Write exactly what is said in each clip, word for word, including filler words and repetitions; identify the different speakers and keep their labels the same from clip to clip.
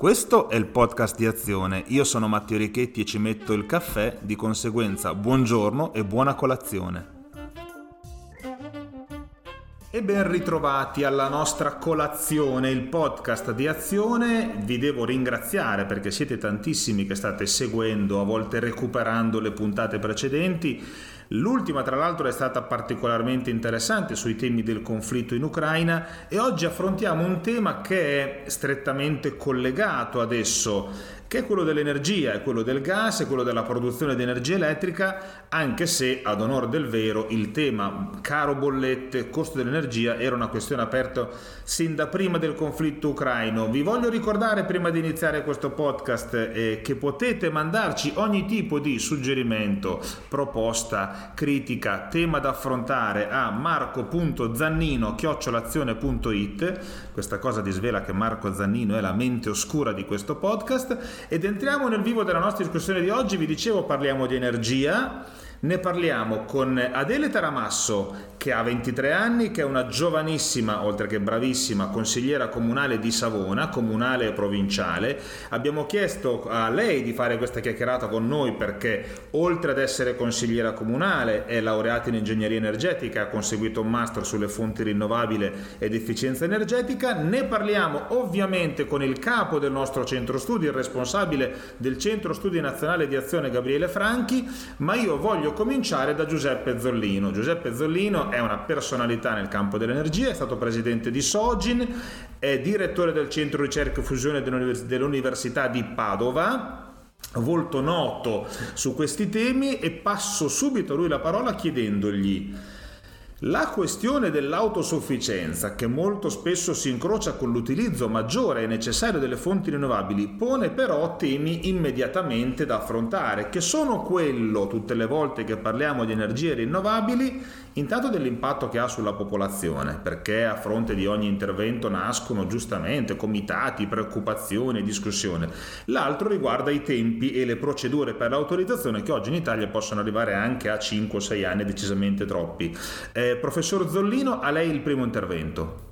Speaker 1: Questo è il podcast di Azione, io sono Matteo Richetti e ci metto il caffè, di conseguenza buongiorno e buona colazione. E ben ritrovati alla nostra colazione, il podcast di Azione. Vi devo ringraziare perché siete tantissimi che state seguendo, a volte recuperando le puntate precedenti. L'ultima tra l'altro è stata particolarmente interessante sui temi del conflitto in Ucraina e oggi affrontiamo un tema che è strettamente collegato adesso, che è quello dell'energia, è quello del gas, è quello della produzione di energia elettrica, anche se ad onor del vero il tema caro bollette, costo dell'energia era una questione aperta sin da prima del conflitto ucraino. Vi voglio ricordare prima di iniziare questo podcast eh, che potete mandarci ogni tipo di suggerimento, proposta, critica, tema da affrontare a marco punto zannino chiocciola azione punto it. Questa cosa disvela che Marco Zannino è la mente oscura di questo podcast. Ed entriamo nel vivo della nostra discussione di oggi. Vi dicevo, parliamo di energia. Ne parliamo con Adele Taramasso, che ha ventitré anni, che è una giovanissima, oltre che bravissima, consigliera comunale di Savona, comunale e provinciale. Abbiamo chiesto a lei di fare questa chiacchierata con noi perché, oltre ad essere consigliera comunale, è laureata in ingegneria energetica, ha conseguito un master sulle fonti rinnovabili ed efficienza energetica. Ne parliamo ovviamente con il capo del nostro centro studi, il responsabile del centro studi nazionale di Azione, Gabriele Franchi, ma io voglio cominciare da Giuseppe Zollino. Giuseppe Zollino è una personalità nel campo dell'energia, è stato presidente di Sogin, è direttore del centro ricerca e fusione dell'Università di Padova, volto noto su questi temi, e passo subito a lui la parola chiedendogli: la questione dell'autosufficienza, che molto spesso si incrocia con l'utilizzo maggiore e necessario delle fonti rinnovabili, pone però temi immediatamente da affrontare, che sono quello, tutte le volte che parliamo di energie rinnovabili, intanto dell'impatto che ha sulla popolazione, perché a fronte di ogni intervento nascono giustamente comitati, preoccupazioni e discussione. L'altro riguarda i tempi e le procedure per l'autorizzazione, che oggi in Italia possono arrivare anche a cinque o sei anni, decisamente troppi. Eh, Professor Zollino, a lei il primo intervento.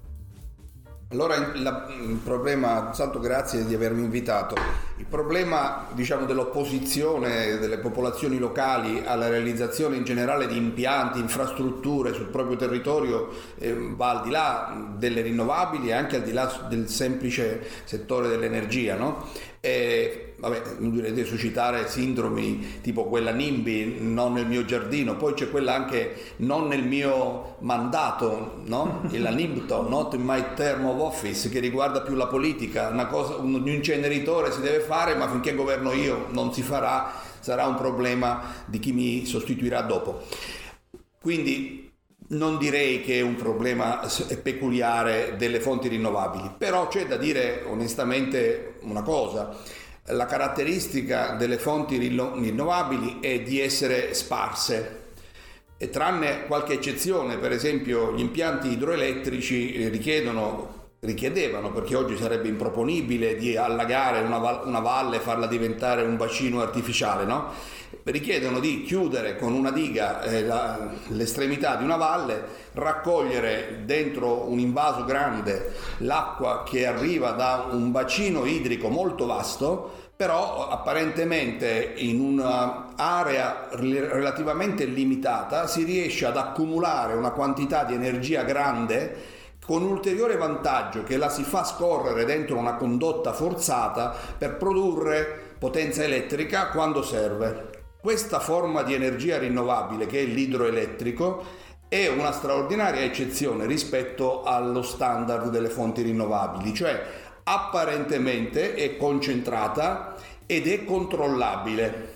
Speaker 2: Allora, la, il problema, Santo, grazie di avermi invitato. Il problema, diciamo, dell'opposizione delle popolazioni locali alla realizzazione in generale di impianti, infrastrutture sul proprio territorio eh, va al di là delle rinnovabili e anche al di là del semplice settore dell'energia, no? E, vabbè, non dovrete suscitare sindromi tipo quella NIMBY, non nel mio giardino, poi c'è quella anche non nel mio mandato, no? La NIMBTO, not in my term of office, che riguarda più la politica. Una cosa, un inceneritore si deve fare, ma finché governo io non si farà, sarà un problema di chi mi sostituirà dopo. Quindi non direi che è un problema peculiare delle fonti rinnovabili, però c'è da dire onestamente una cosa: la caratteristica delle fonti rinnovabili è di essere sparse, e tranne qualche eccezione, per esempio gli impianti idroelettrici richiedono richiedevano, perché oggi sarebbe improponibile, di allagare una, val- una valle e farla diventare un bacino artificiale, no? Richiedono di chiudere con una diga eh, la, l'estremità di una valle, raccogliere dentro un invaso grande l'acqua che arriva da un bacino idrico molto vasto, però apparentemente in un'area relativamente limitata si riesce ad accumulare una quantità di energia grande, con un ulteriore vantaggio che la si fa scorrere dentro una condotta forzata per produrre potenza elettrica quando serve. Questa forma di energia rinnovabile, che è l'idroelettrico, è una straordinaria eccezione rispetto allo standard delle fonti rinnovabili, cioè apparentemente è concentrata ed è controllabile.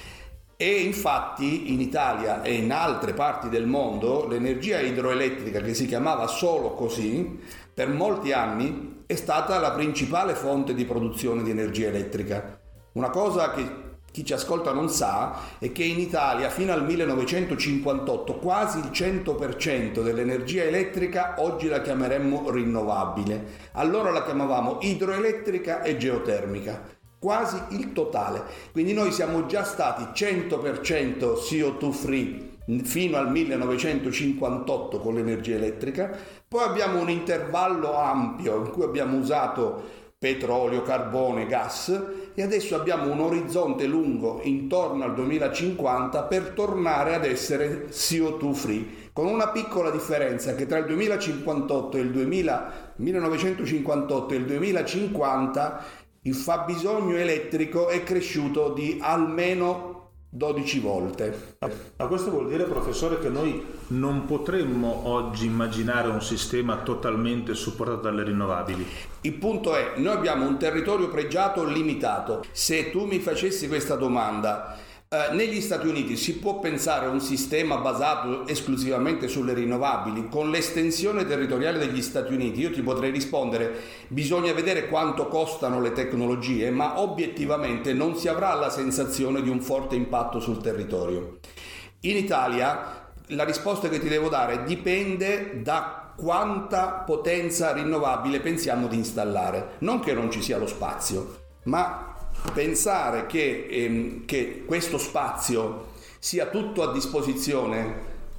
Speaker 2: E infatti in Italia e in altre parti del mondo l'energia idroelettrica, che si chiamava solo così per molti anni, è stata la principale fonte di produzione di energia elettrica. Una cosa che chi ci ascolta non sa è che in Italia fino al millenovecentocinquantotto quasi il cento per cento dell'energia elettrica oggi la chiameremmo rinnovabile. Allora la chiamavamo idroelettrica e geotermica. Quasi il totale. Quindi noi siamo già stati cento per cento C O due free fino al millenovecentocinquantotto con l'energia elettrica, poi abbiamo un intervallo ampio in cui abbiamo usato petrolio, carbone, gas, e adesso abbiamo un orizzonte lungo intorno al duemilacinquanta per tornare ad essere C O due free, con una piccola differenza, che tra il duemilacinquantotto e il duemila, millenovecentocinquantotto e il duemilacinquanta il fabbisogno elettrico è cresciuto di almeno dodici volte.
Speaker 1: Ma questo vuol dire, professore, che noi non potremmo oggi immaginare un sistema totalmente supportato dalle rinnovabili?
Speaker 2: Il punto è, noi abbiamo un territorio pregiato limitato. Se tu mi facessi questa domanda, eh, negli Stati Uniti si può pensare a un sistema basato esclusivamente sulle rinnovabili? Con l'estensione territoriale degli Stati Uniti io ti potrei rispondere: bisogna vedere quanto costano le tecnologie, ma obiettivamente non si avrà la sensazione di un forte impatto sul territorio. In Italia la risposta che ti devo dare dipende da quanta potenza rinnovabile pensiamo di installare. Non che non ci sia lo spazio, ma pensare che, ehm, che questo spazio sia tutto a disposizione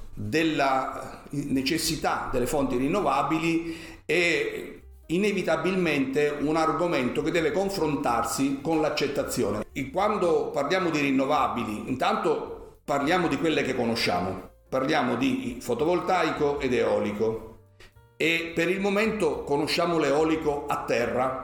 Speaker 2: della necessità delle fonti rinnovabili è inevitabilmente un argomento che deve confrontarsi con l'accettazione. E quando parliamo di rinnovabili, intanto parliamo di quelle che conosciamo, parliamo di fotovoltaico ed eolico, e per il momento conosciamo l'eolico a terra.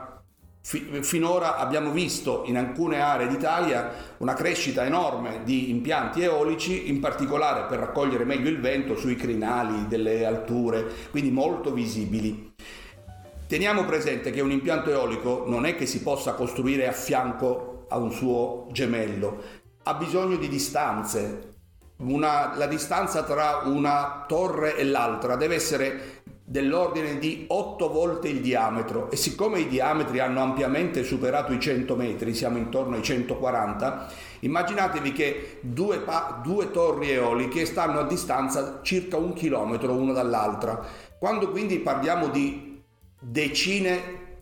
Speaker 2: Finora abbiamo visto in alcune aree d'Italia una crescita enorme di impianti eolici, in particolare per raccogliere meglio il vento sui crinali delle alture, quindi molto visibili. Teniamo presente che un impianto eolico non è che si possa costruire a fianco a un suo gemello, ha bisogno di distanze. Una, la distanza tra una torre e l'altra deve essere dell'ordine di otto volte il diametro, e siccome i diametri hanno ampiamente superato i cento metri, siamo intorno ai centoquaranta, immaginatevi che due, pa- due torri eoliche stanno a distanza circa un chilometro una dall'altra. Quando quindi parliamo di decine,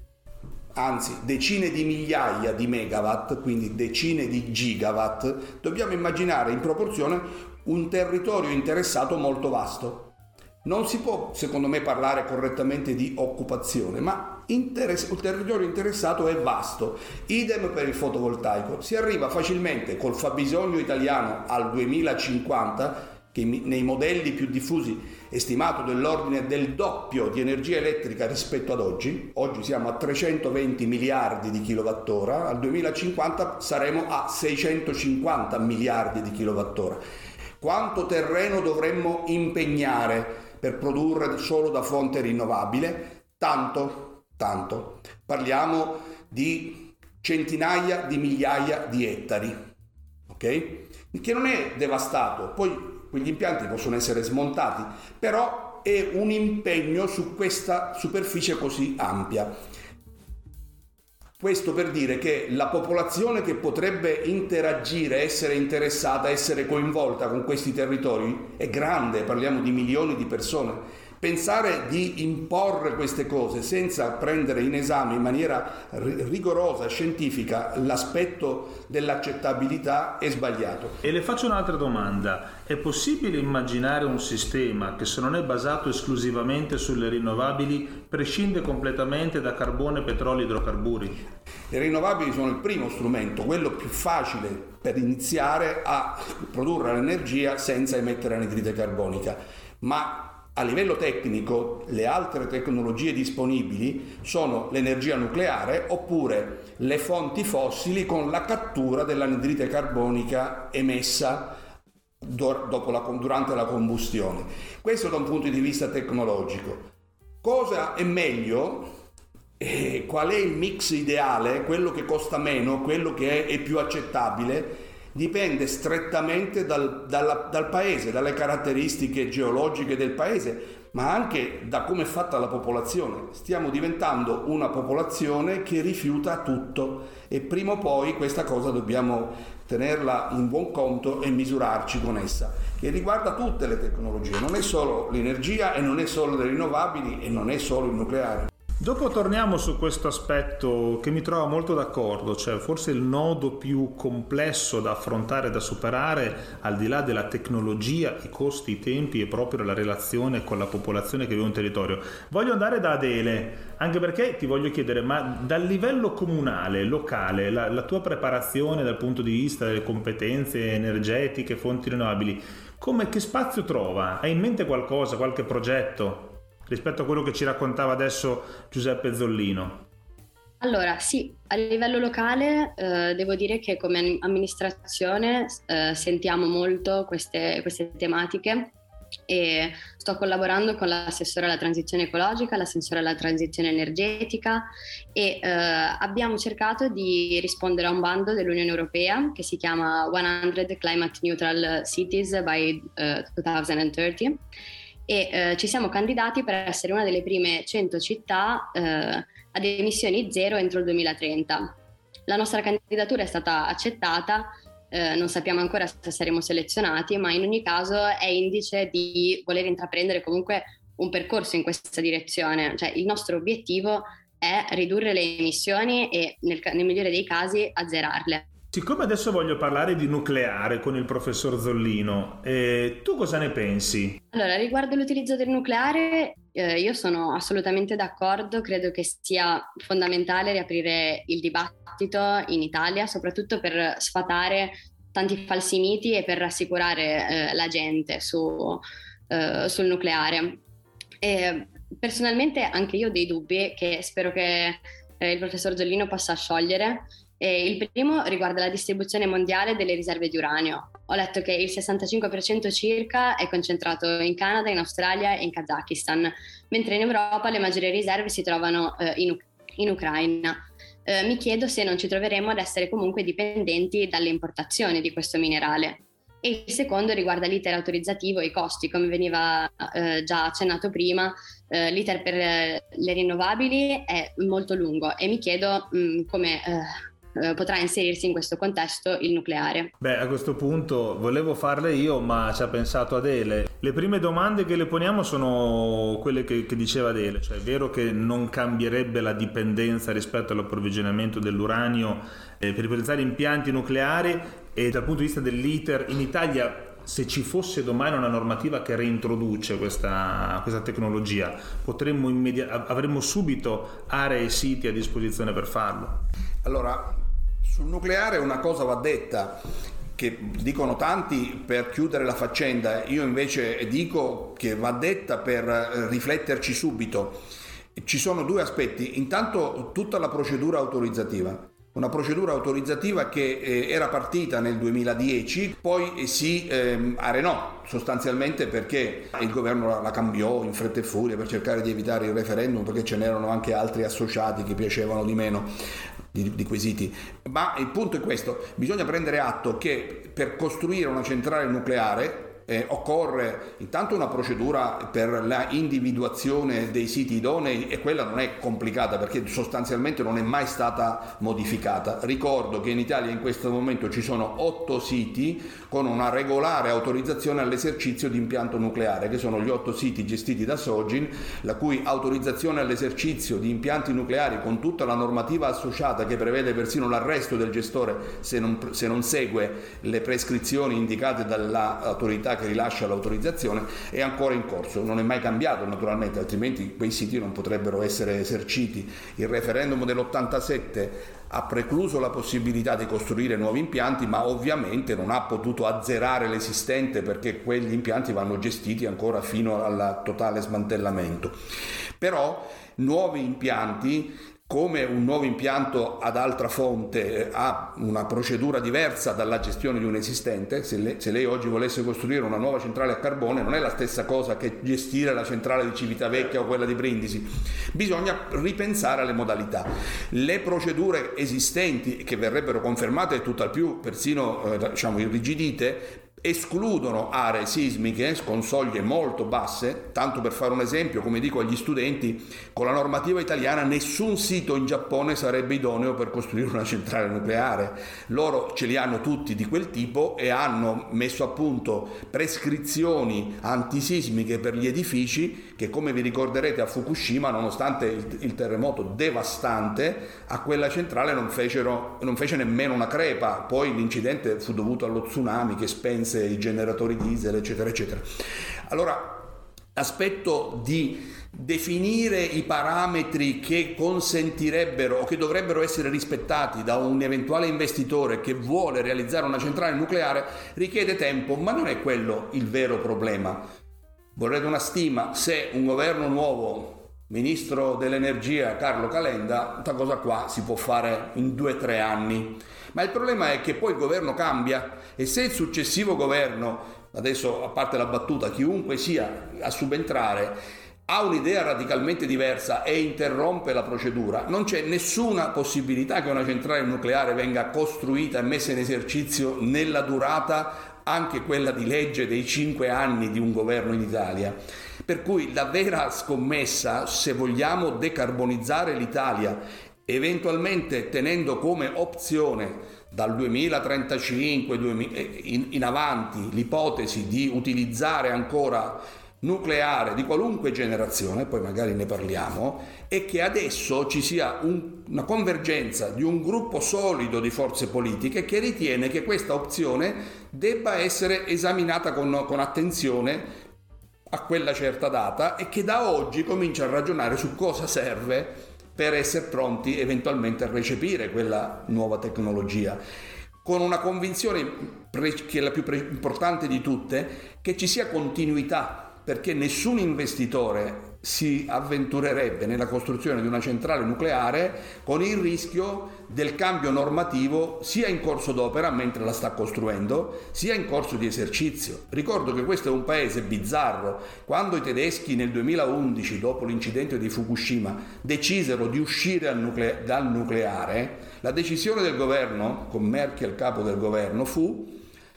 Speaker 2: anzi decine di migliaia di megawatt, quindi decine di gigawatt, dobbiamo immaginare in proporzione un territorio interessato molto vasto. Non si può, secondo me, parlare correttamente di occupazione, ma interess- il territorio interessato è vasto. Idem per il fotovoltaico. Si arriva facilmente col fabbisogno italiano al duemilacinquanta, che nei modelli più diffusi è stimato dell'ordine del doppio di energia elettrica rispetto ad oggi. Oggi siamo a trecentoventi miliardi di kilowattora, al duemilacinquanta saremo a seicentocinquanta miliardi di kilowattora. Quanto terreno dovremmo impegnare per produrre solo da fonte rinnovabile? Tanto, tanto. Parliamo di centinaia di migliaia di ettari, ok? Il che non è devastato, poi quegli impianti possono essere smontati, però è un impegno su questa superficie così ampia. Questo per dire che la popolazione che potrebbe interagire, essere interessata, essere coinvolta con questi territori è grande, parliamo di milioni di persone. Pensare di imporre queste cose senza prendere in esame in maniera rigorosa, scientifica, l'aspetto dell'accettabilità è sbagliato.
Speaker 1: E le faccio un'altra domanda. È possibile immaginare un sistema che, se non è basato esclusivamente sulle rinnovabili, prescinde completamente da carbone, petrolio e idrocarburi?
Speaker 2: Le rinnovabili sono il primo strumento, quello più facile per iniziare a produrre l'energia senza emettere anidride carbonica, ma a livello tecnico le altre tecnologie disponibili sono l'energia nucleare oppure le fonti fossili con la cattura dell'anidride carbonica emessa dopo la, durante la combustione. Questo da un punto di vista tecnologico. Cosa è meglio? Eh, qual è il mix ideale? Quello che costa meno, quello che è, è più accettabile? Dipende strettamente dal, dalla, dal paese, dalle caratteristiche geologiche del paese, ma anche da come è fatta la popolazione. Stiamo diventando una popolazione che rifiuta tutto e prima o poi questa cosa dobbiamo tenerla in buon conto e misurarci con essa, che riguarda tutte le tecnologie, non è solo l'energia e non è solo le rinnovabili e non è solo il nucleare.
Speaker 1: Dopo torniamo su questo aspetto che mi trovo molto d'accordo, cioè forse il nodo più complesso da affrontare, da superare, al di là della tecnologia, i costi, i tempi, è proprio la relazione con la popolazione che vive un territorio. Voglio andare da Adele, anche perché ti voglio chiedere, ma dal livello comunale, locale, la, la tua preparazione dal punto di vista delle competenze energetiche, fonti rinnovabili, come, che spazio trova? Hai in mente qualcosa, qualche progetto rispetto a quello che ci raccontava adesso Giuseppe Zollino?
Speaker 3: Allora, sì, a livello locale eh, devo dire che come amministrazione eh, sentiamo molto queste, queste tematiche e sto collaborando con l'assessore alla transizione ecologica, l'assessore alla transizione energetica e eh, abbiamo cercato di rispondere a un bando dell'Unione Europea che si chiama cento Climate Neutral Cities by eh, duemilatrenta e eh, ci siamo candidati per essere una delle prime cento città eh, ad emissioni zero entro il duemilatrenta. La nostra candidatura è stata accettata, eh, non sappiamo ancora se saremo selezionati, ma in ogni caso è indice di voler intraprendere comunque un percorso in questa direzione. Cioè, il nostro obiettivo è ridurre le emissioni e nel, nel migliore dei casi azzerarle.
Speaker 1: Siccome adesso voglio parlare di nucleare con il professor Zollino, eh, tu cosa ne pensi?
Speaker 3: Allora, riguardo l'utilizzo del nucleare, eh, io sono assolutamente d'accordo, credo che sia fondamentale riaprire il dibattito in Italia, soprattutto per sfatare tanti falsi miti e per rassicurare eh, la gente su, eh, sul nucleare. E, personalmente anche io ho dei dubbi che spero che eh, il professor Zollino possa sciogliere. E il primo riguarda la distribuzione mondiale delle riserve di uranio. Ho letto che il sessantacinque per cento circa è concentrato in Canada, in Australia e in Kazakistan, mentre in Europa le maggiori riserve si trovano eh, in, in Ucraina. Eh, mi chiedo se non ci troveremo ad essere comunque dipendenti dalle importazioni di questo minerale. E il secondo riguarda l'iter autorizzativo e i costi, come veniva eh, già accennato prima. Eh, l'iter per eh, le rinnovabili è molto lungo e mi chiedo mh, come eh, potrà inserirsi in questo contesto il nucleare.
Speaker 1: Beh, a questo punto volevo farle io, ma ci ha pensato Adele. Le prime domande che le poniamo sono quelle che, che diceva Adele, cioè è vero che non cambierebbe la dipendenza rispetto all'approvvigionamento dell'uranio eh, per realizzare impianti nucleari, e dal punto di vista dell'iter in Italia, se ci fosse domani una normativa che reintroduce questa, questa tecnologia, potremmo immedi- avremmo subito aree e siti a disposizione per farlo?
Speaker 2: Allora, sul nucleare una cosa va detta, che dicono tanti per chiudere la faccenda, io invece dico che va detta per rifletterci subito. Ci sono due aspetti: intanto tutta la procedura autorizzativa. Una procedura autorizzativa che eh, era partita nel duemiladieci, poi si eh, arenò sostanzialmente perché il governo la, la cambiò in fretta e furia per cercare di evitare il referendum, perché ce n'erano anche altri associati che piacevano di meno di, di quesiti. Ma il punto è questo: bisogna prendere atto che per costruire una centrale nucleare Eh, occorre intanto una procedura per la individuazione dei siti idonei, e quella non è complicata perché sostanzialmente non è mai stata modificata. Ricordo che in Italia in questo momento ci sono otto siti con una regolare autorizzazione all'esercizio di impianto nucleare, che sono gli otto siti gestiti da Sogin, la cui autorizzazione all'esercizio di impianti nucleari con tutta la normativa associata, che prevede persino l'arresto del gestore se non, se non segue le prescrizioni indicate dall'autorità che rilascia l'autorizzazione, è ancora in corso, non è mai cambiato naturalmente, altrimenti quei siti non potrebbero essere eserciti. Il referendum dell'ottantasette ha precluso la possibilità di costruire nuovi impianti, ma ovviamente non ha potuto azzerare l'esistente, perché quegli impianti vanno gestiti ancora fino al totale smantellamento. Però nuovi impianti, come un nuovo impianto ad altra fonte, ha una procedura diversa dalla gestione di un esistente. Se lei, se lei oggi volesse costruire una nuova centrale a carbone, non è la stessa cosa che gestire la centrale di Civitavecchia o quella di Brindisi. Bisogna ripensare alle modalità. Le procedure esistenti, che verrebbero confermate e tutt'al più persino eh, diciamo irrigidite, escludono aree sismiche con soglie molto basse. Tanto per fare un esempio, come dico agli studenti, con la normativa italiana nessun sito in Giappone sarebbe idoneo per costruire una centrale nucleare. Loro ce li hanno tutti di quel tipo e hanno messo a punto prescrizioni antisismiche per gli edifici che, come vi ricorderete, a Fukushima, nonostante il, il terremoto devastante, a quella centrale non fecero, non fece nemmeno una crepa. Poi l'incidente fu dovuto allo tsunami che spense i generatori diesel, eccetera eccetera. Allora, aspetto di definire i parametri che consentirebbero o che dovrebbero essere rispettati da un eventuale investitore che vuole realizzare una centrale nucleare richiede tempo, ma non è quello il vero problema. Vorrete una stima? Se un governo nuovo, ministro dell'energia Carlo Calenda, questa cosa qua si può fare in due o tre anni. Ma il problema è che poi il governo cambia e se il successivo governo, adesso a parte la battuta, chiunque sia a subentrare, ha un'idea radicalmente diversa e interrompe la procedura, non c'è nessuna possibilità che una centrale nucleare venga costruita e messa in esercizio nella durata, anche quella di legge, dei cinque anni di un governo in Italia. Per cui la vera scommessa, se vogliamo decarbonizzare l'Italia, eventualmente tenendo come opzione dal duemilatrentacinque in avanti l'ipotesi di utilizzare ancora nucleare di qualunque generazione, poi magari ne parliamo, è che adesso ci sia un, una convergenza di un gruppo solido di forze politiche che ritiene che questa opzione debba essere esaminata con, con attenzione a quella certa data e che da oggi comincia a ragionare su cosa serve per essere pronti eventualmente a recepire quella nuova tecnologia, con una convinzione pre- che è la più pre- importante di tutte, che ci sia continuità, perché nessun investitore si avventurerebbe nella costruzione di una centrale nucleare con il rischio del cambio normativo sia in corso d'opera mentre la sta costruendo, sia in corso di esercizio. Ricordo che questo è un paese bizzarro. Quando i tedeschi nel duemilaundici, dopo l'incidente di Fukushima, decisero di uscire al nucle- dal nucleare, la decisione del governo, con Merkel capo del governo, fu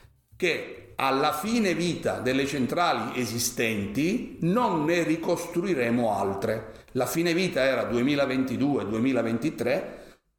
Speaker 2: che alla fine vita delle centrali esistenti non ne ricostruiremo altre. La fine vita era duemilaventidue duemilaventitré,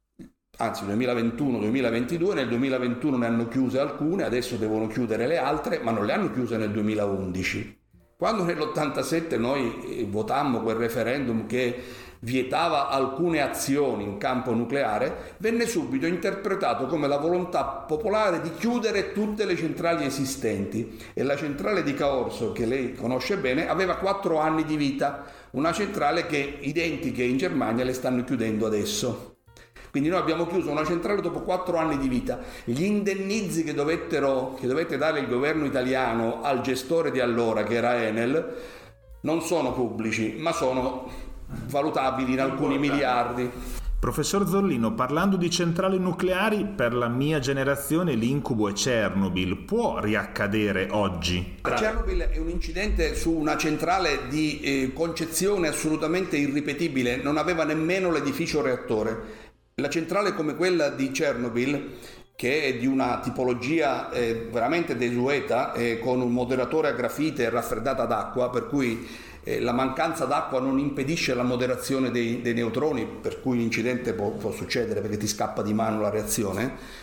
Speaker 2: anzi duemilaventuno duemilaventidue, nel duemilaventuno ne hanno chiuse alcune, adesso devono chiudere le altre, ma non le hanno chiuse nel duemilaundici. Quando nell'ottantasette noi votammo quel referendum che vietava alcune azioni in campo nucleare, venne subito interpretato come la volontà popolare di chiudere tutte le centrali esistenti, e la centrale di Caorso, che lei conosce bene, aveva quattro anni di vita, una centrale che identiche in Germania le stanno chiudendo adesso. Quindi noi abbiamo chiuso una centrale dopo quattro anni di vita. Gli indennizi che dovettero, che dovette dare il governo italiano al gestore di allora, che era Enel, non sono pubblici, ma sono valutabili in alcuni miliardi.
Speaker 1: Professor Zollino, parlando di centrali nucleari, per la mia generazione l'incubo è Chernobyl. Può riaccadere oggi?
Speaker 2: Chernobyl è un incidente su una centrale di eh, concezione assolutamente irripetibile, non aveva nemmeno l'edificio reattore. La centrale come quella di Chernobyl, che è di una tipologia eh, veramente desueta, eh, con un moderatore a grafite e raffreddata d'acqua, per cui eh, la mancanza d'acqua non impedisce la moderazione dei, dei neutroni, per cui l'incidente può, può succedere perché ti scappa di mano la reazione,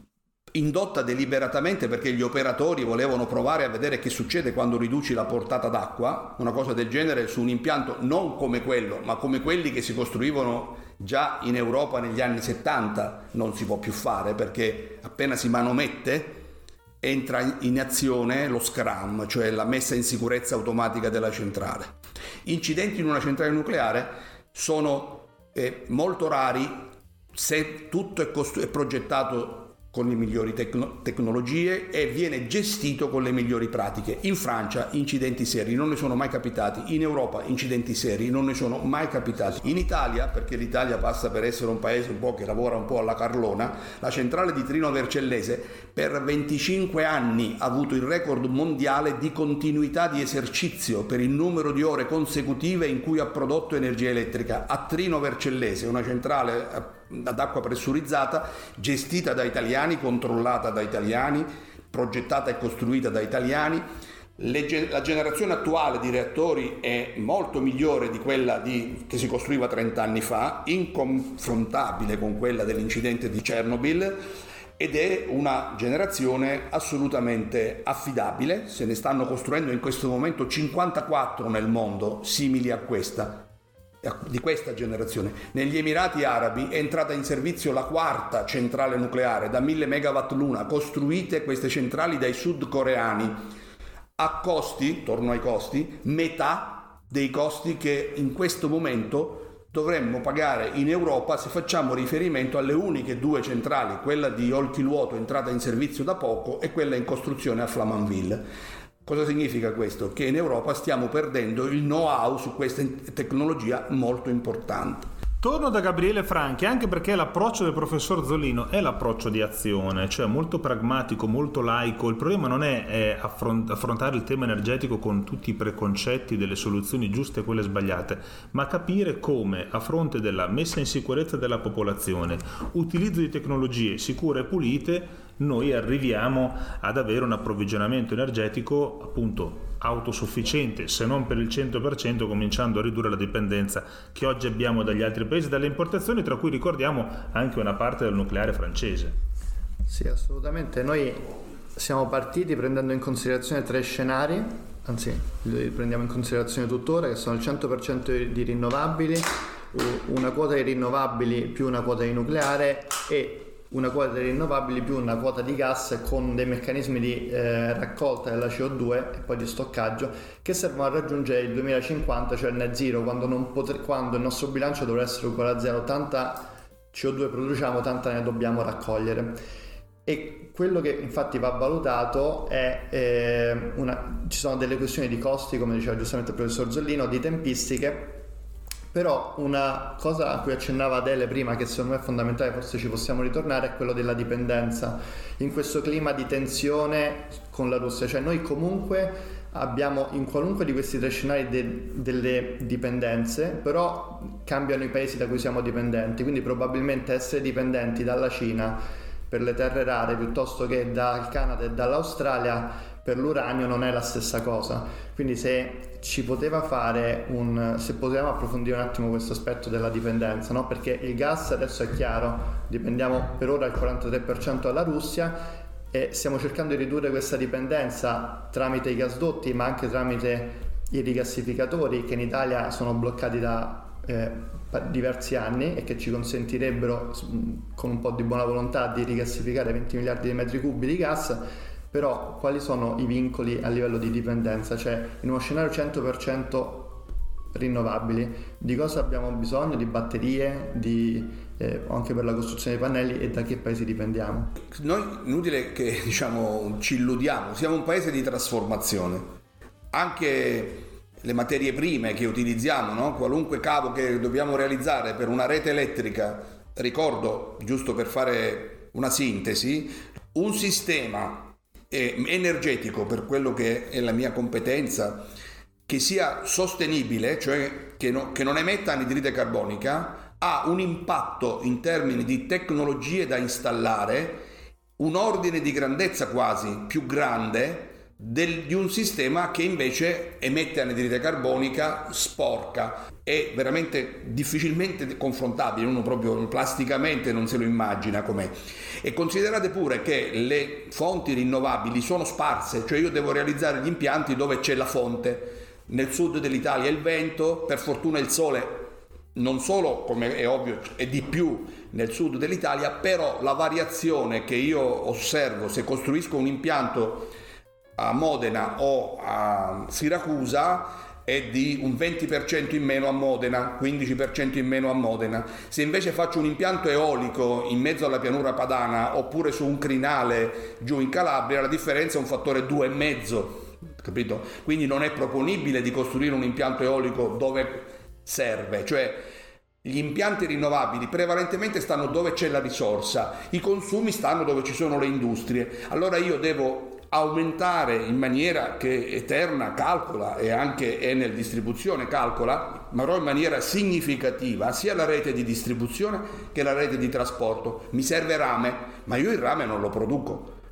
Speaker 2: indotta deliberatamente perché gli operatori volevano provare a vedere che succede quando riduci la portata d'acqua. Una cosa del genere su un impianto non come quello, ma come quelli che si costruivano già in Europa negli anni settanta, non si può più fare, perché appena si manomette entra in azione lo SCRAM, cioè la messa in sicurezza automatica della centrale. Incidenti in una centrale nucleare sono eh, molto rari se tutto è, costru- è progettato con le migliori tecno- tecnologie e viene gestito con le migliori pratiche. In Francia incidenti seri non ne sono mai capitati, in Europa incidenti seri non ne sono mai capitati. In Italia, perché l'Italia passa per essere un paese un po' che lavora un po' alla carlona, la centrale di Trino Vercellese per venticinque anni ha avuto il record mondiale di continuità di esercizio per il numero di ore consecutive in cui ha prodotto energia elettrica. A Trino Vercellese, una centrale ad acqua pressurizzata, gestita da italiani, controllata da italiani, progettata e costruita da italiani. Le, la generazione attuale di reattori è molto migliore di quella di, che si costruiva trenta anni fa, inconfrontabile con quella dell'incidente di Chernobyl, ed è una generazione assolutamente affidabile. Se ne stanno costruendo in questo momento cinquantaquattro nel mondo simili a questa, di questa generazione. Negli Emirati Arabi è entrata in servizio la quarta centrale nucleare da mille megawatt l'una, costruite queste centrali dai sudcoreani a costi, torno ai costi, metà dei costi che in questo momento dovremmo pagare in Europa se facciamo riferimento alle uniche due centrali, quella di Olkiluoto entrata in servizio da poco e quella in costruzione a Flamanville. Cosa significa questo? Che in Europa stiamo perdendo il know-how su questa tecnologia molto importante.
Speaker 1: Torno da Gabriele Franchi, anche perché l'approccio del professor Zollino è l'approccio di azione, cioè molto pragmatico, molto laico. Il problema non è, è affront- affrontare il tema energetico con tutti i preconcetti delle soluzioni giuste e quelle sbagliate, ma capire come, a fronte della messa in sicurezza della popolazione, utilizzo di tecnologie sicure e pulite, noi arriviamo ad avere un approvvigionamento energetico appunto autosufficiente, se non per il cento per cento, cominciando a ridurre la dipendenza che oggi abbiamo dagli altri paesi, dalle importazioni, tra cui ricordiamo anche una parte del nucleare francese.
Speaker 4: Sì, assolutamente. Noi siamo partiti prendendo in considerazione tre scenari, anzi li prendiamo in considerazione tuttora, che sono il cento per cento di rinnovabili, una quota di rinnovabili più una quota di nucleare e una quota di rinnovabili più una quota di gas, con dei meccanismi di eh, raccolta della C O due e poi di stoccaggio che servono a raggiungere il duemilacinquanta, cioè il net zero, quando, non potre, quando il nostro bilancio dovrà essere uguale a zero. Tanta C O due produciamo, tanta ne dobbiamo raccogliere. E quello che infatti va valutato è eh, una, ci sono delle questioni di costi, come diceva giustamente il professor Zollino, di tempistiche. Però una cosa a cui accennava Adele prima, che secondo me è fondamentale, forse ci possiamo ritornare, è quello della dipendenza. In questo clima di tensione con la Russia, cioè noi comunque abbiamo in qualunque di questi tre scenari de- delle dipendenze, però cambiano i paesi da cui siamo dipendenti, quindi probabilmente essere dipendenti dalla Cina per le terre rare piuttosto che dal Canada e dall'Australia per l'uranio non è la stessa cosa. Quindi se ci poteva fare un se potevamo approfondire un attimo questo aspetto della dipendenza, no? Perché il gas adesso è chiaro, dipendiamo per ora al quarantatré per cento dalla Russia e stiamo cercando di ridurre questa dipendenza tramite i gasdotti, ma anche tramite i rigassificatori che in Italia sono bloccati da eh, diversi anni e che ci consentirebbero con un po' di buona volontà di rigassificare venti miliardi di metri cubi di gas. Però quali sono i vincoli a livello di dipendenza? Cioè in uno scenario cento per cento rinnovabili di cosa abbiamo bisogno? Di batterie, di, eh, anche per la costruzione dei pannelli, e da che paesi dipendiamo?
Speaker 2: Noi inutile che diciamo ci illudiamo, siamo un paese di trasformazione. Anche le materie prime che utilizziamo, no? Qualunque cavo che dobbiamo realizzare per una rete elettrica, ricordo, giusto per fare una sintesi, un sistema energetico, per quello che è la mia competenza, che sia sostenibile, cioè che, no, che non emetta anidride carbonica, ha un impatto in termini di tecnologie da installare, un ordine di grandezza quasi più grande del, di un sistema che invece emette anidride carbonica, sporca, è veramente difficilmente confrontabile, uno proprio plasticamente non se lo immagina com'è. E considerate pure che le fonti rinnovabili sono sparse, cioè io devo realizzare gli impianti dove c'è la fonte. Nel sud dell'Italia il vento, per fortuna il sole non solo, come è ovvio, è di più nel sud dell'Italia, però la variazione che io osservo se costruisco un impianto a Modena o a Siracusa è di un venti per cento in meno a Modena, quindici per cento in meno a Modena. Se invece faccio un impianto eolico in mezzo alla pianura padana oppure su un crinale giù in Calabria, la differenza è un fattore due e mezzo, capito? Quindi non è proponibile di costruire un impianto eolico dove serve, cioè gli impianti rinnovabili prevalentemente stanno dove c'è la risorsa, i consumi stanno dove ci sono le industrie. Allora io devo aumentare in maniera che Eterna calcola e anche Enel Distribuzione calcola, ma in maniera significativa, sia la rete di distribuzione che la rete di trasporto. Mi serve rame, ma io il rame non lo produco.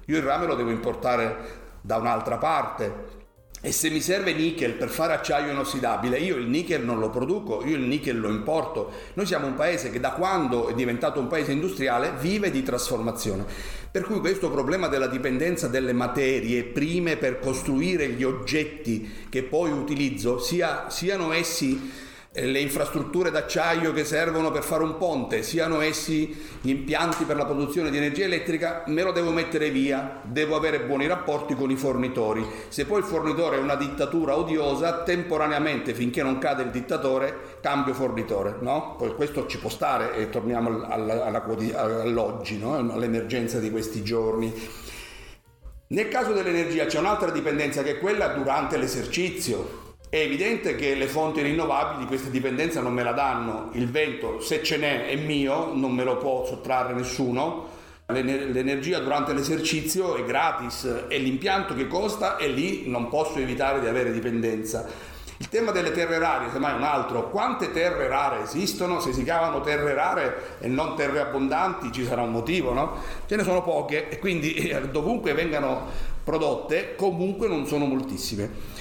Speaker 2: io il rame lo devo importare da un'altra parte. E se mi serve nickel per fare acciaio inossidabile, io il nickel non lo produco, io il nickel lo importo. Noi siamo un paese che da quando è diventato un paese industriale vive di trasformazione. Per cui questo problema della dipendenza delle materie prime per costruire gli oggetti che poi utilizzo, sia, siano essi le infrastrutture d'acciaio che servono per fare un ponte, siano essi gli impianti per la produzione di energia elettrica, me lo devo mettere via, devo avere buoni rapporti con i fornitori. Se poi il fornitore è una dittatura odiosa, temporaneamente, finché non cade il dittatore, cambio fornitore, no? Poi questo ci può stare e torniamo alla, alla, all'oggi, no? All'emergenza di questi giorni. Nel caso dell'energia c'è un'altra dipendenza che è quella durante l'esercizio. È evidente che le fonti rinnovabili questa dipendenza non me la danno, il vento se ce n'è è mio, non me lo può sottrarre nessuno, l'energia durante l'esercizio è gratis, è l'impianto che costa e lì non posso evitare di avere dipendenza. Il tema delle terre rare, semmai è un altro, quante terre rare esistono? Se si chiamano terre rare e non terre abbondanti ci sarà un motivo, no? Ce ne sono poche e quindi dovunque vengano prodotte comunque non sono moltissime.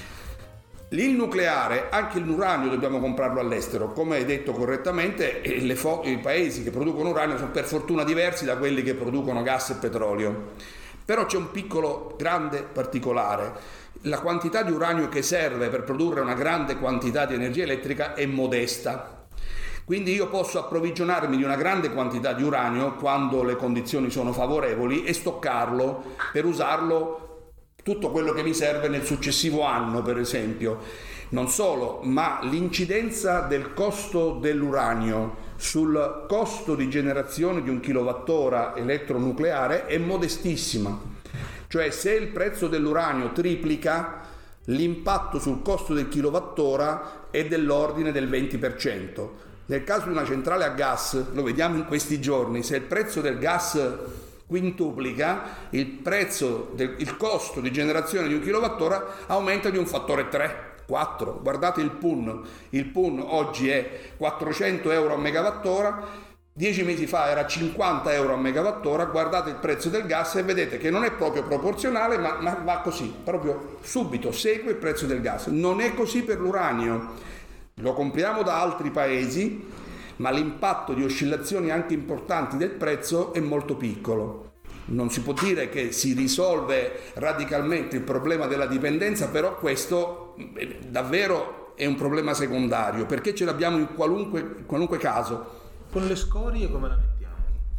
Speaker 2: Il nucleare, anche l'uranio dobbiamo comprarlo all'estero, come hai detto correttamente, le fo- i paesi che producono uranio sono per fortuna diversi da quelli che producono gas e petrolio. Però c'è un piccolo grande particolare: la quantità di uranio che serve per produrre una grande quantità di energia elettrica è modesta. Quindi io posso approvvigionarmi di una grande quantità di uranio quando le condizioni sono favorevoli e stoccarlo per usarlo tutto quello che mi serve nel successivo anno, per esempio. Non solo, ma l'incidenza del costo dell'uranio sul costo di generazione di un kilowattora elettronucleare è modestissima. Cioè, se il prezzo dell'uranio triplica, l'impatto sul costo del kilowattora è dell'ordine del venti per cento. Nel caso di una centrale a gas, lo vediamo in questi giorni, se il prezzo del gas quintuplica, il prezzo del, il costo di generazione di un kilowattora aumenta di un fattore tre, quattro. Guardate il P U N, il P U N oggi è quattrocento euro a megawattora, dieci mesi fa era cinquanta euro a megawattora. Guardate il prezzo del gas e vedete che non è proprio proporzionale, ma, ma va così, proprio subito segue il prezzo del gas. Non è così per l'uranio, lo compriamo da altri paesi, ma l'impatto di oscillazioni anche importanti del prezzo è molto piccolo. Non si può dire che si risolve radicalmente il problema della dipendenza, però questo davvero è un problema secondario, perché ce l'abbiamo in qualunque, in qualunque caso.
Speaker 1: Con le scorie come la mettiamo?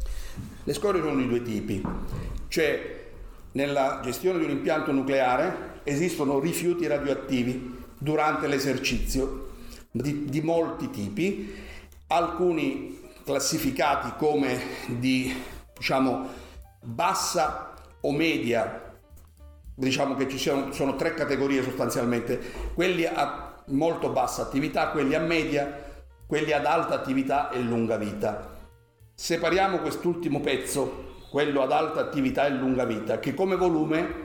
Speaker 2: Le scorie sono di due tipi, cioè nella gestione di un impianto nucleare esistono rifiuti radioattivi durante l'esercizio di, di molti tipi, alcuni classificati come di, diciamo, bassa o media, diciamo che ci sono, sono tre categorie sostanzialmente: quelli a molto bassa attività, quelli a media, quelli ad alta attività e lunga vita. Separiamo quest'ultimo pezzo, quello ad alta attività e lunga vita, che come volume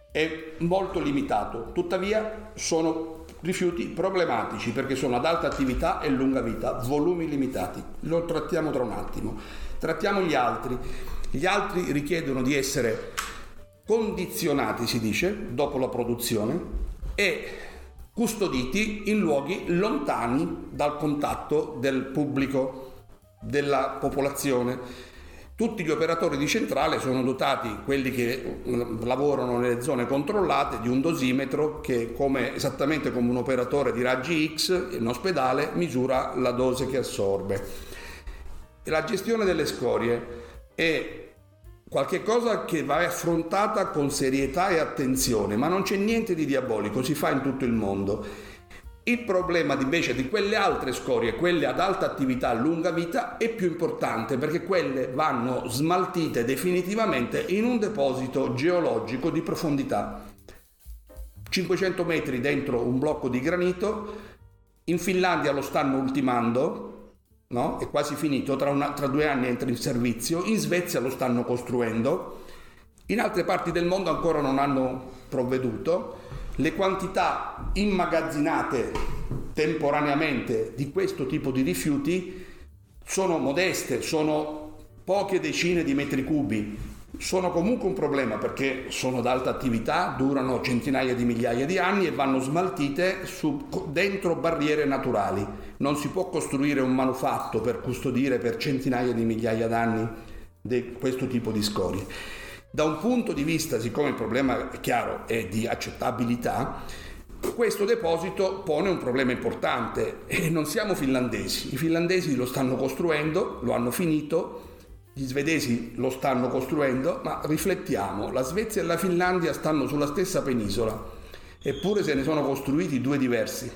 Speaker 2: è molto limitato, tuttavia sono rifiuti problematici perché sono ad alta attività e lunga vita, volumi limitati. Lo trattiamo tra un attimo. Trattiamo gli altri. Gli altri richiedono di essere condizionati, si dice, dopo la produzione e custoditi in luoghi lontani dal contatto del pubblico, della popolazione. Tutti gli operatori di centrale sono dotati, quelli che lavorano nelle zone controllate, di un dosimetro che, come, esattamente come un operatore di raggi X in ospedale, misura la dose che assorbe. La gestione delle scorie è qualche cosa che va affrontata con serietà e attenzione, ma non c'è niente di diabolico, si fa in tutto il mondo. Il problema invece di quelle altre scorie, quelle ad alta attività e lunga vita, è più importante perché quelle vanno smaltite definitivamente in un deposito geologico di profondità. cinquecento metri dentro un blocco di granito, in Finlandia lo stanno ultimando, no? È quasi finito, tra, una, tra due anni entra in servizio, in Svezia lo stanno costruendo, in altre parti del mondo ancora non hanno provveduto. Le quantità immagazzinate temporaneamente di questo tipo di rifiuti sono modeste, sono poche decine di metri cubi. sono comunque un problema perché sono ad alta attività, durano centinaia di migliaia di anni e vanno smaltite su, dentro barriere naturali. Non si può costruire un manufatto per custodire per centinaia di migliaia d'anni di questo tipo di scorie. Da un punto di vista, siccome il problema è chiaro, è di accettabilità, questo deposito pone un problema importante e non siamo finlandesi. I finlandesi lo stanno costruendo, lo hanno finito. Gli svedesi lo stanno costruendo, ma riflettiamo, la Svezia e la Finlandia stanno sulla stessa penisola, eppure se ne sono costruiti due diversi.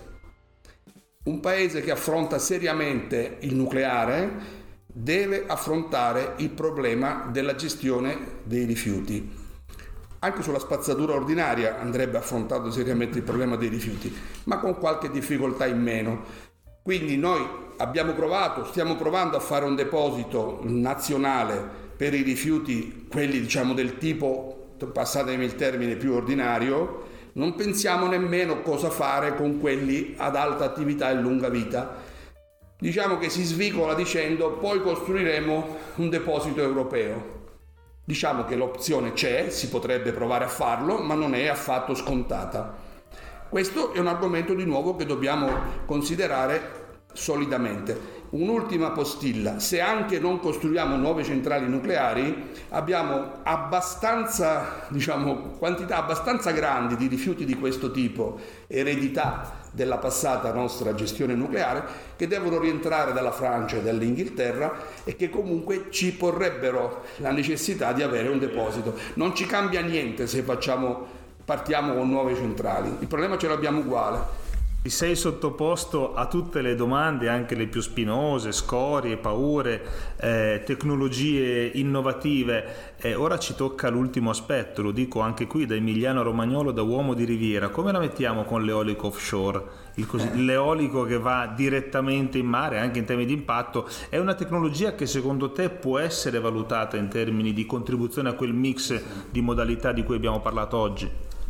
Speaker 2: Un paese che affronta seriamente il nucleare deve affrontare il problema della gestione dei rifiuti. Anche sulla spazzatura ordinaria andrebbe affrontato seriamente il problema dei rifiuti, ma con qualche difficoltà in meno. Quindi noi abbiamo provato, stiamo provando a fare un deposito nazionale per i rifiuti, quelli diciamo del tipo, passatemi il termine, più ordinario. Non pensiamo nemmeno cosa fare con quelli ad alta attività e lunga vita. Diciamo che si svicola dicendo poi costruiremo un deposito europeo. Diciamo che l'opzione c'è, si potrebbe provare a farlo, ma non è affatto scontata. Questo è un argomento di nuovo che dobbiamo considerare solidamente. Un'ultima postilla: se anche non costruiamo nuove centrali nucleari, abbiamo abbastanza, diciamo, quantità abbastanza grandi di rifiuti di questo tipo, eredità della passata nostra gestione nucleare, che devono rientrare dalla Francia e dall'Inghilterra e che comunque ci porrebbero la necessità di avere un deposito. Non ci cambia niente se facciamo partiamo con nuove centrali, il problema ce l'abbiamo uguale.
Speaker 1: Ti sei sottoposto a tutte le domande, anche le più spinose, scorie, paure, eh, tecnologie innovative. Eh, ora ci tocca l'ultimo aspetto, lo dico anche qui da emiliano romagnolo, da uomo di riviera. Come la mettiamo con l'eolico offshore? Il così, eh. L'eolico che va direttamente in mare, anche in termini di impatto, è una tecnologia che secondo te può essere valutata in termini di contribuzione a quel mix di modalità di cui abbiamo parlato oggi?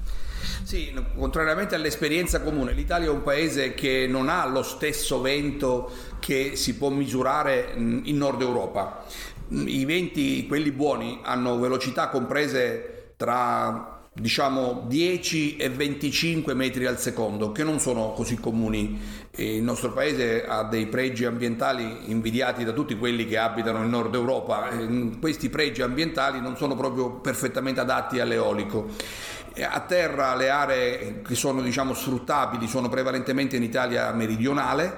Speaker 2: Sì, contrariamente all'esperienza comune, l'Italia è un paese che non ha lo stesso vento che si può misurare in Nord Europa. I venti, quelli buoni, hanno velocità comprese tra diciamo dieci e venticinque metri al secondo, che non sono così comuni. Il nostro paese ha dei pregi ambientali invidiati da tutti quelli che abitano in Nord Europa. Questi pregi ambientali non sono proprio perfettamente adatti all'eolico. A terra le aree che sono diciamo sfruttabili sono prevalentemente in Italia meridionale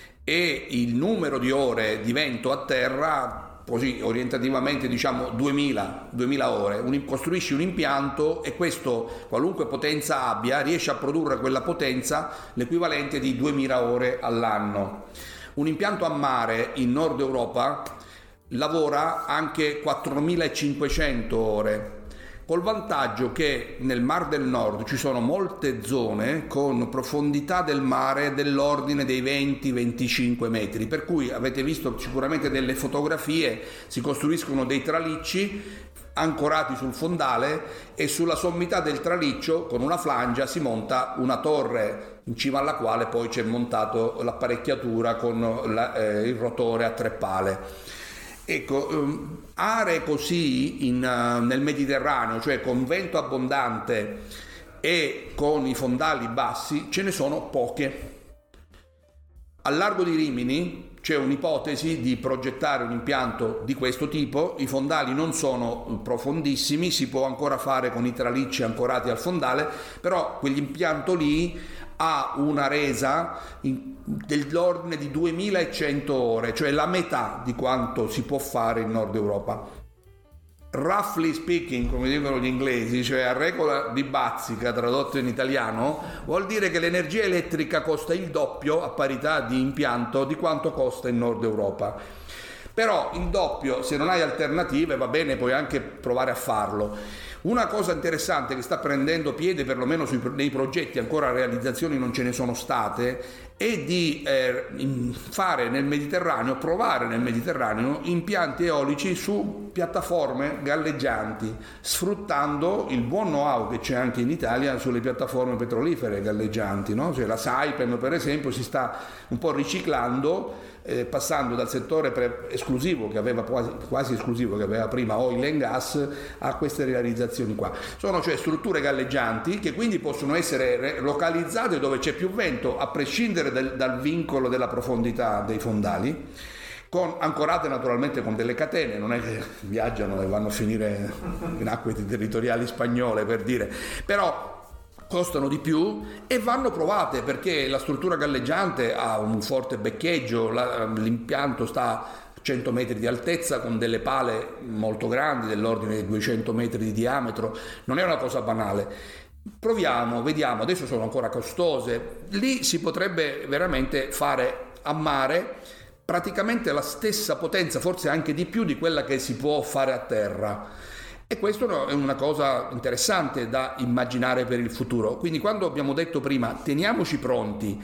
Speaker 2: e il numero di ore di vento a terra, così orientativamente diciamo duemila ore. Un, costruisci un impianto e questo, qualunque potenza abbia, riesce a produrre quella potenza l'equivalente di duemila ore all'anno. Un impianto a mare in Nord Europa lavora anche quattromilacinquecento ore. Col vantaggio che nel Mar del Nord ci sono molte zone con profondità del mare dell'ordine dei venti venticinque metri, per cui avete visto sicuramente delle fotografie, si costruiscono dei tralicci ancorati sul fondale e sulla sommità del traliccio con una flangia si monta una torre in cima alla quale poi c'è montato l'apparecchiatura con la, eh, il rotore a tre pale. Ecco, um, aree così in, uh, nel Mediterraneo, cioè con vento abbondante e con i fondali bassi, ce ne sono poche. Al largo di Rimini c'è un'ipotesi di progettare un impianto di questo tipo. I fondali non sono profondissimi, si può ancora fare con i tralicci ancorati al fondale, però quell'impianto lì ha una resa in, dell'ordine di duemilacento ore, cioè la metà di quanto si può fare in Nord Europa. Roughly speaking, come dicono gli inglesi, cioè a regola di bazzica tradotto in italiano, vuol dire che l'energia elettrica costa il doppio a parità di impianto di quanto costa in Nord Europa. Però il doppio, se non hai alternative, va bene, puoi anche provare a farlo. Una cosa interessante che sta prendendo piede, perlomeno sui, nei progetti, ancora realizzazioni non ce ne sono state, è di eh, fare nel Mediterraneo, provare nel Mediterraneo impianti eolici su piattaforme galleggianti, sfruttando il buon know-how che c'è anche in Italia sulle piattaforme petrolifere galleggianti, no? Cioè la Saipem, per esempio, si sta un po' riciclando, eh, passando dal settore pre- esclusivo che aveva quasi, quasi esclusivo che aveva prima oil and gas a queste realizzazioni qua. Sono cioè strutture galleggianti che quindi possono essere re- localizzate dove c'è più vento, a prescindere dal, dal vincolo della profondità dei fondali, con, ancorate naturalmente con delle catene, non è che viaggiano e vanno a finire in acque territoriali spagnole, per dire, però costano di più e vanno provate, perché la struttura galleggiante ha un forte beccheggio, la, l'impianto sta a cento metri di altezza con delle pale molto grandi, dell'ordine di duecento metri di diametro, non è una cosa banale. Proviamo, vediamo, adesso sono ancora costose, lì si potrebbe veramente fare a mare praticamente la stessa potenza, forse anche di più di quella che si può fare a terra. E questo è una cosa interessante da immaginare per il futuro. Quindi quando abbiamo detto prima teniamoci pronti,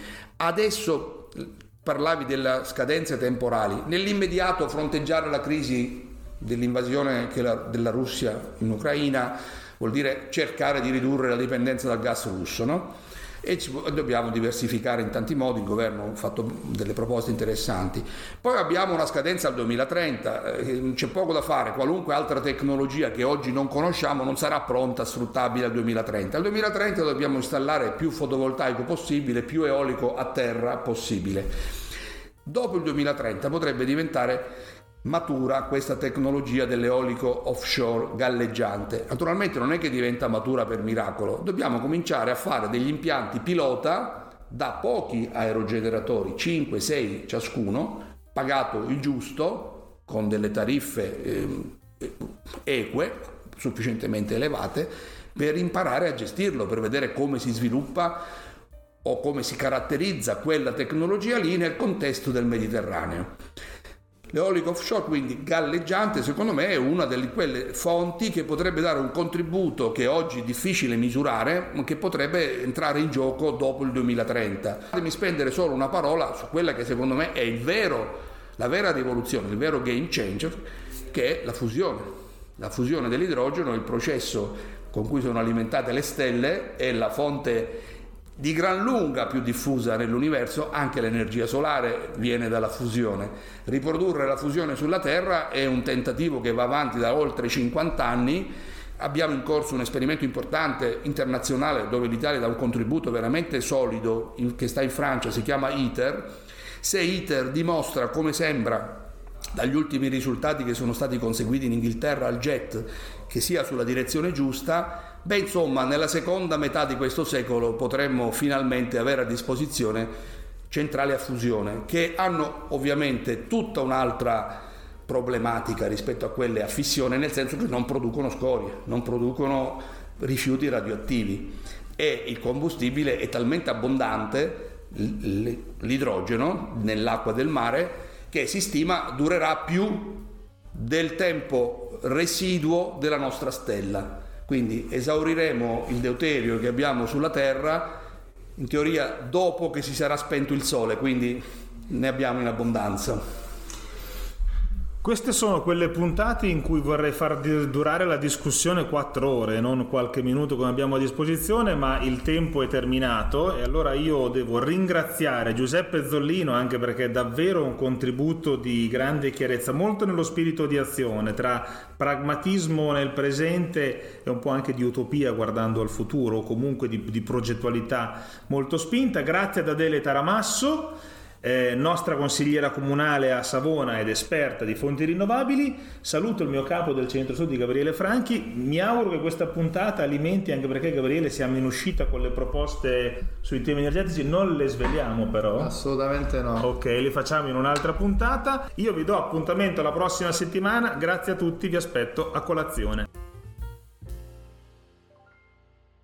Speaker 2: adesso parlavi delle scadenze temporali, nell'immediato fronteggiare la crisi dell'invasione che la, della Russia in Ucraina vuol dire cercare di ridurre la dipendenza dal gas russo, no? E ci, dobbiamo diversificare in tanti modi, il governo ha fatto delle proposte interessanti. Poi abbiamo una scadenza al duemilatrenta, eh, c'è poco da fare, qualunque altra tecnologia che oggi non conosciamo non sarà pronta, sfruttabile al duemilatrenta. Al duemilatrenta dobbiamo installare più fotovoltaico possibile, più eolico a terra possibile. Dopo il duemilatrenta potrebbe diventare matura questa tecnologia dell'eolico offshore galleggiante. Naturalmente non è che diventa matura per miracolo, dobbiamo cominciare a fare degli impianti pilota da pochi aerogeneratori, cinque sei ciascuno, pagato il giusto, con delle tariffe eh, eque, sufficientemente elevate, per imparare a gestirlo, per vedere come si sviluppa o come si caratterizza quella tecnologia lì nel contesto del Mediterraneo. L'eolico offshore, quindi galleggiante, secondo me è una delle quelle fonti che potrebbe dare un contributo che oggi è difficile misurare, ma che potrebbe entrare in gioco dopo il duemilatrenta. Fatemi spendere solo una parola su quella che secondo me è il vero, la vera rivoluzione, il vero game changer, che è la fusione. La fusione dell'idrogeno, il processo con cui sono alimentate le stelle, è la fonte di gran lunga più diffusa nell'universo. Anche l'energia solare viene dalla fusione. Riprodurre la fusione sulla Terra è un tentativo che va avanti da oltre cinquanta anni. Abbiamo in corso un esperimento importante internazionale dove l'Italia dà un contributo veramente solido, in, che sta in Francia, si chiama ITER. Se ITER dimostra, come sembra dagli ultimi risultati che sono stati conseguiti in Inghilterra al JET, che sia sulla direzione giusta, beh, insomma, nella seconda metà di questo secolo potremmo finalmente avere a disposizione centrali a fusione, che hanno ovviamente tutta un'altra problematica rispetto a quelle a fissione, nel senso che non producono scorie, non producono rifiuti radioattivi, e il combustibile è talmente abbondante, l'idrogeno, nell'acqua del mare, che si stima durerà più del tempo residuo della nostra stella. Quindi esauriremo il deuterio che abbiamo sulla Terra, in teoria dopo che si sarà spento il Sole, quindi ne abbiamo in abbondanza.
Speaker 1: Queste sono quelle puntate in cui vorrei far durare la discussione quattro ore, non qualche minuto come abbiamo a disposizione, ma il tempo è terminato e allora io devo ringraziare Giuseppe Zollino, anche perché è davvero un contributo di grande chiarezza, molto nello spirito di azione, tra pragmatismo nel presente e un po' anche di utopia guardando al futuro, o comunque di, di progettualità molto spinta. Grazie ad Adele Taramasso, Eh, nostra consigliera comunale a Savona ed esperta di fonti rinnovabili. Saluto il mio capo del centro studi, Gabriele Franchi. Mi auguro che questa puntata alimenti, anche perché, Gabriele, siamo in uscita con le proposte sui temi energetici, non le sveliamo però?
Speaker 4: Assolutamente no.
Speaker 1: Ok, le facciamo in un'altra puntata. Io vi do appuntamento la prossima settimana. Grazie a tutti, vi aspetto a colazione.